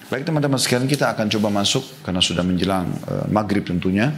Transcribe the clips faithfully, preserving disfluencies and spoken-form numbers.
Baik teman-teman sekalian, kita akan coba masuk karena sudah menjelang uh, maghrib tentunya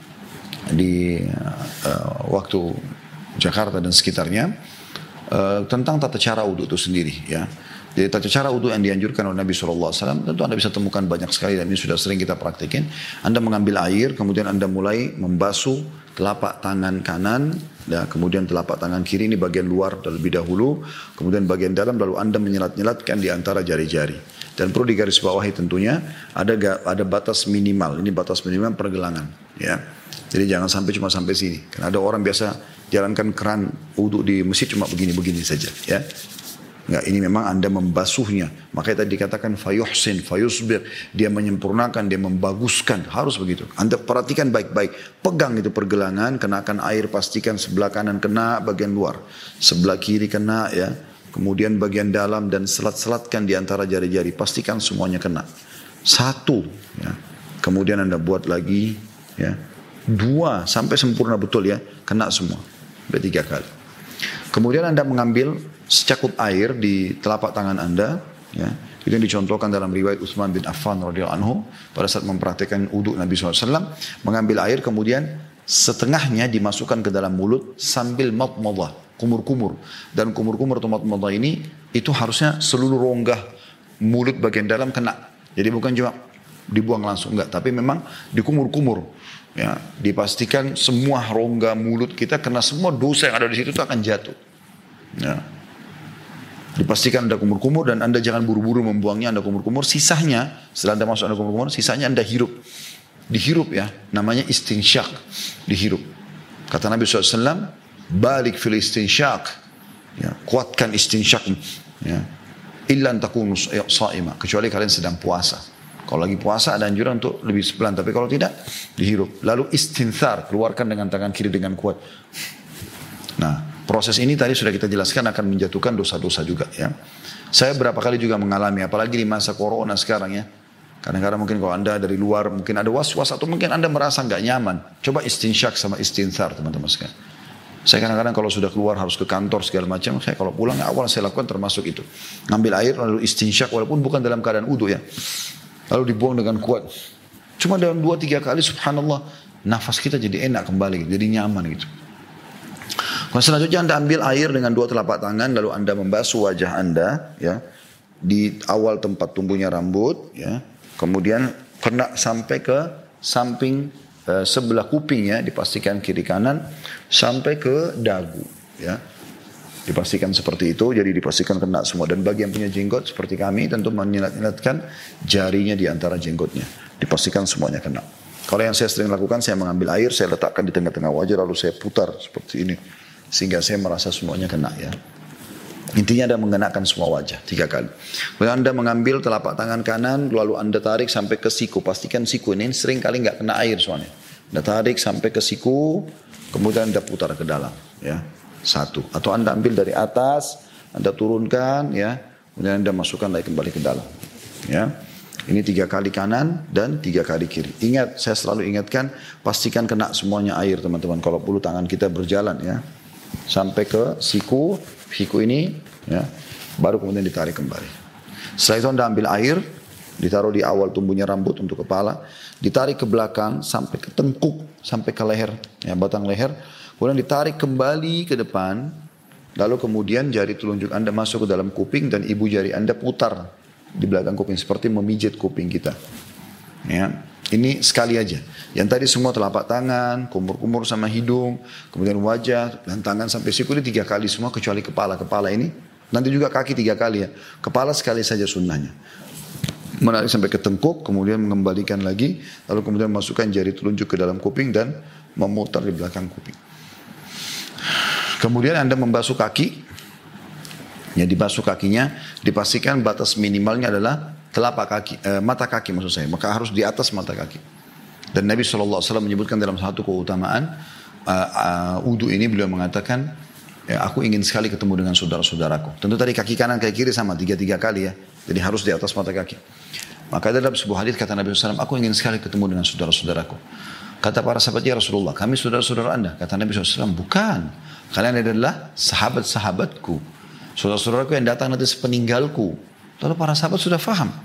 di uh, waktu Jakarta dan sekitarnya uh, tentang tata cara wudhu itu sendiri ya. Jadi tata cara wudhu yang dianjurkan oleh Nabi shallallahu alaihi wasallam tentu Anda bisa temukan banyak sekali dan ini sudah sering kita praktikin. Anda mengambil air, kemudian Anda mulai membasuh telapak tangan kanan, dan kemudian telapak tangan kiri ini bagian luar terlebih dahulu, kemudian bagian dalam, lalu Anda menyelat-nyelatkan di antara jari-jari. Dan perlu digarisbawahi tentunya ada ada batas minimal, ini batas minimal pergelangan, ya. Jadi jangan sampai cuma sampai sini. Karena ada orang biasa jalankan keran wudhu di masjid cuma begini-begini saja, ya. Enggak, ini memang Anda membasuhnya. Makanya tadi dikatakan fayuhsin, fayusbir. Dia menyempurnakan, dia membaguskan. Harus begitu. Anda perhatikan baik-baik. Pegang itu pergelangan, kenakan air, pastikan sebelah kanan kena, bagian luar. Sebelah kiri kena, ya. Kemudian bagian dalam dan selat-selatkan di antara jari-jari. Pastikan semuanya kena. Satu, ya. Kemudian Anda buat lagi, ya. Dua, sampai sempurna betul ya. Kena semua. Sampai tiga kali. Kemudian Anda mengambil secakup air di telapak tangan Anda, ya. Itu yang dicontohkan dalam riwayat Utsman bin Affan radhiyallahu anhu pada saat mempraktikkan wudhu Nabi shallallahu alaihi wasallam, mengambil air kemudian setengahnya dimasukkan ke dalam mulut sambil madmadah, kumur-kumur. Dan kumur-kumur atau madmadah ini itu harusnya seluruh rongga mulut bagian dalam kena. Jadi bukan cuma dibuang langsung, enggak, tapi memang dikumur-kumur. Ya, dipastikan semua rongga mulut kita kena, semua dosa yang ada di situ itu akan jatuh. Ya. Dipastikan Anda kumur-kumur dan Anda jangan buru-buru membuangnya, Anda kumur-kumur. Sisanya, setelah Anda masuk Anda kumur-kumur, sisanya Anda hirup. Dihirup ya, namanya istinsyak. Dihirup. Kata Nabi shallallahu alaihi wasallam, balik fil istinsyak. Ya, kuatkan istinsyak. Ya. Illa antakunu sa'ima. Kecuali kalian sedang puasa. Kalau lagi puasa ada anjuran untuk lebih pelan, tapi kalau tidak, dihirup. Lalu istinthar, keluarkan dengan tangan kiri dengan kuat. Nah, proses ini tadi sudah kita jelaskan akan menjatuhkan dosa-dosa juga ya. Saya berapa kali juga mengalami, apalagi di masa corona sekarang ya. Kadang-kadang mungkin kalau Anda dari luar mungkin ada was-was atau mungkin Anda merasa nggak nyaman. Coba istinsyak sama istinthar teman-teman sekalian. Saya kadang-kadang kalau sudah keluar harus ke kantor segala macam, saya kalau pulang awal saya lakukan termasuk itu. Ngambil air lalu istinsyak walaupun bukan dalam keadaan wudu ya. Lalu dibuang dengan kuat. Cuma dalam dua tiga kali subhanallah nafas kita jadi enak kembali, jadi nyaman gitu. Kalau selanjutnya Anda ambil air dengan dua telapak tangan lalu Anda membasuh wajah Anda ya di awal tempat tumbuhnya rambut ya. Kemudian kena sampai ke samping eh, sebelah kuping ya, dipastikan kiri kanan sampai ke dagu ya. Dipastikan seperti itu, jadi dipastikan kena semua. Dan bagi yang punya jenggot seperti kami tentu menyilat-nyilatkan jarinya di antara jenggotnya. Dipastikan semuanya kena. Kalau yang saya sering lakukan, saya mengambil air, saya letakkan di tengah-tengah wajah, lalu saya putar seperti ini. Sehingga saya merasa semuanya kena ya. Intinya Anda mengenakan semua wajah, tiga kali. Kemudian Anda mengambil telapak tangan kanan, lalu Anda tarik sampai ke siku. Pastikan siku ini sering kali nggak kena air soalnya. Anda tarik sampai ke siku, kemudian Anda putar ke dalam ya. Satu. Atau Anda ambil dari atas, Anda turunkan ya, kemudian Anda masukkan lagi kembali ke dalam. Ya. Ini tiga kali kanan dan tiga kali kiri. Ingat, saya selalu ingatkan, pastikan kena semuanya air teman-teman. Kalau perlu tangan kita berjalan ya, sampai ke siku, siku ini ya, baru kemudian ditarik kembali. Setelah itu Anda ambil air, ditaruh di awal tumbuhnya rambut untuk kepala, ditarik ke belakang sampai ke tengkuk, sampai ke leher, ya, batang leher. Kemudian ditarik kembali ke depan, lalu kemudian jari telunjuk Anda masuk ke dalam kuping dan ibu jari Anda putar di belakang kuping seperti memijit kuping kita. Ya, ini sekali aja. Yang tadi semua telapak tangan, kumur-kumur sama hidung, kemudian wajah dan tangan sampai siku ini tiga kali semua kecuali kepala. Kepala ini nanti juga kaki tiga kali ya. Kepala sekali saja sunnahnya. Menarik sampai ke tengkuk, kemudian mengembalikan lagi, lalu kemudian masukkan jari telunjuk ke dalam kuping dan memutar di belakang kuping. Kemudian Anda membasuh kaki, ya dibasuh kakinya, dipastikan batas minimalnya adalah telapak kaki, eh, mata kaki maksud saya, maka harus di atas mata kaki. Dan Nabi shallallahu alaihi wasallam menyebutkan dalam satu keutamaan uh, uh, wudu ini beliau mengatakan, ya, aku ingin sekali ketemu dengan saudara-saudaraku. Tentu tadi kaki kanan kaki kiri sama tiga-tiga kali ya, jadi harus di atas mata kaki. Maka dalam sebuah hadis kata Nabi shallallahu alaihi wasallam, aku ingin sekali ketemu dengan saudara-saudaraku. Kata para sahabat, ya Rasulullah, kami saudara-saudara Anda. Kata Nabi shallallahu alaihi wasallam, bukan. Kalian adalah sahabat-sahabatku. Saudara-saudaraku yang datang nanti sepeninggalku. Lalu para sahabat sudah faham.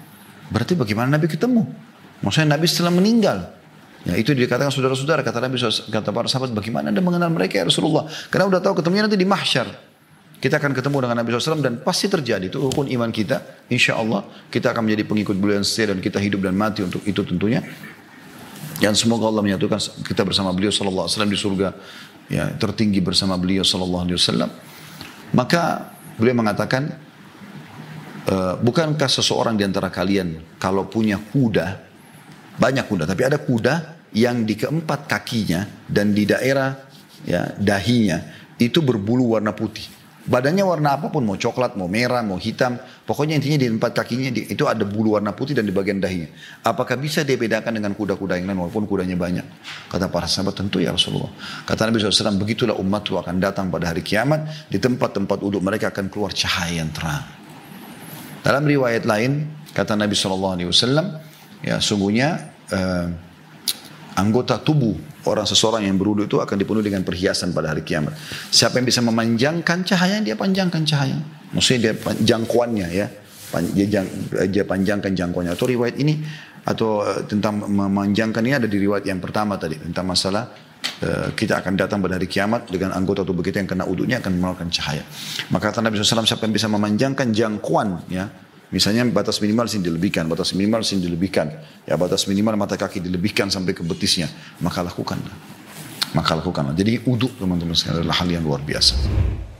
Berarti bagaimana Nabi ketemu? Maksudnya Nabi setelah meninggal. Ya itu dikatakan saudara-saudara, kata Nabi, kata para sahabat, bagaimana Anda mengenal mereka ya Rasulullah? Karena udah tahu ketemunya nanti di mahsyar. Kita akan ketemu dengan Nabi shallallahu alaihi wasallam dan pasti terjadi. Itu rukun iman kita. Insya Allah kita akan menjadi pengikut beliau yang setia dan kita hidup dan mati untuk itu tentunya. Dan semoga Allah menyatukan kita bersama beliau sallallahu alaihi wasallam di surga ya, tertinggi bersama beliau sallallahu alaihi wasallam. Maka beliau mengatakan, e, bukankah seseorang di antara kalian kalau punya kuda, banyak kuda, tapi ada kuda yang di keempat kakinya dan di daerah ya, dahinya itu berbulu warna putih. Badannya warna apapun, mau coklat, mau merah, mau hitam. Pokoknya intinya di empat kakinya di, itu ada bulu warna putih dan di bagian dahinya. Apakah bisa dia bedakan dengan kuda-kuda yang lain walaupun kudanya banyak? Kata para sahabat, tentu ya Rasulullah. Kata Nabi shallallahu alaihi wasallam, begitulah umatku akan datang pada hari kiamat. Di tempat-tempat uduk mereka akan keluar cahaya yang terang. Dalam riwayat lain, kata Nabi shallallahu alaihi wasallam, ya sungguhnya eh, anggota tubuh orang seseorang yang berwudu itu akan dipenuhi dengan perhiasan pada hari kiamat. Siapa yang bisa memanjangkan cahaya, dia panjangkan cahaya. Maksudnya dia jangkauannya ya. Dia, jang, dia panjangkan jangkauannya. Atau riwayat ini, atau uh, tentang memanjangkan ini ada di riwayat yang pertama tadi. Tentang masalah uh, kita akan datang pada hari kiamat dengan anggota tubuh kita yang kena wudunya akan mengeluarkan cahaya. Maka kata Nabi shallallahu alaihi wasallam, siapa yang bisa memanjangkan jangkauan ya. Misalnya batas minimal sini dilebihkan, batas minimal sini dilebihkan. Ya batas minimal mata kaki dilebihkan sampai ke betisnya. Maka lakukanlah. Maka lakukanlah. Jadi uduk teman-teman sekalian adalah hal yang luar biasa.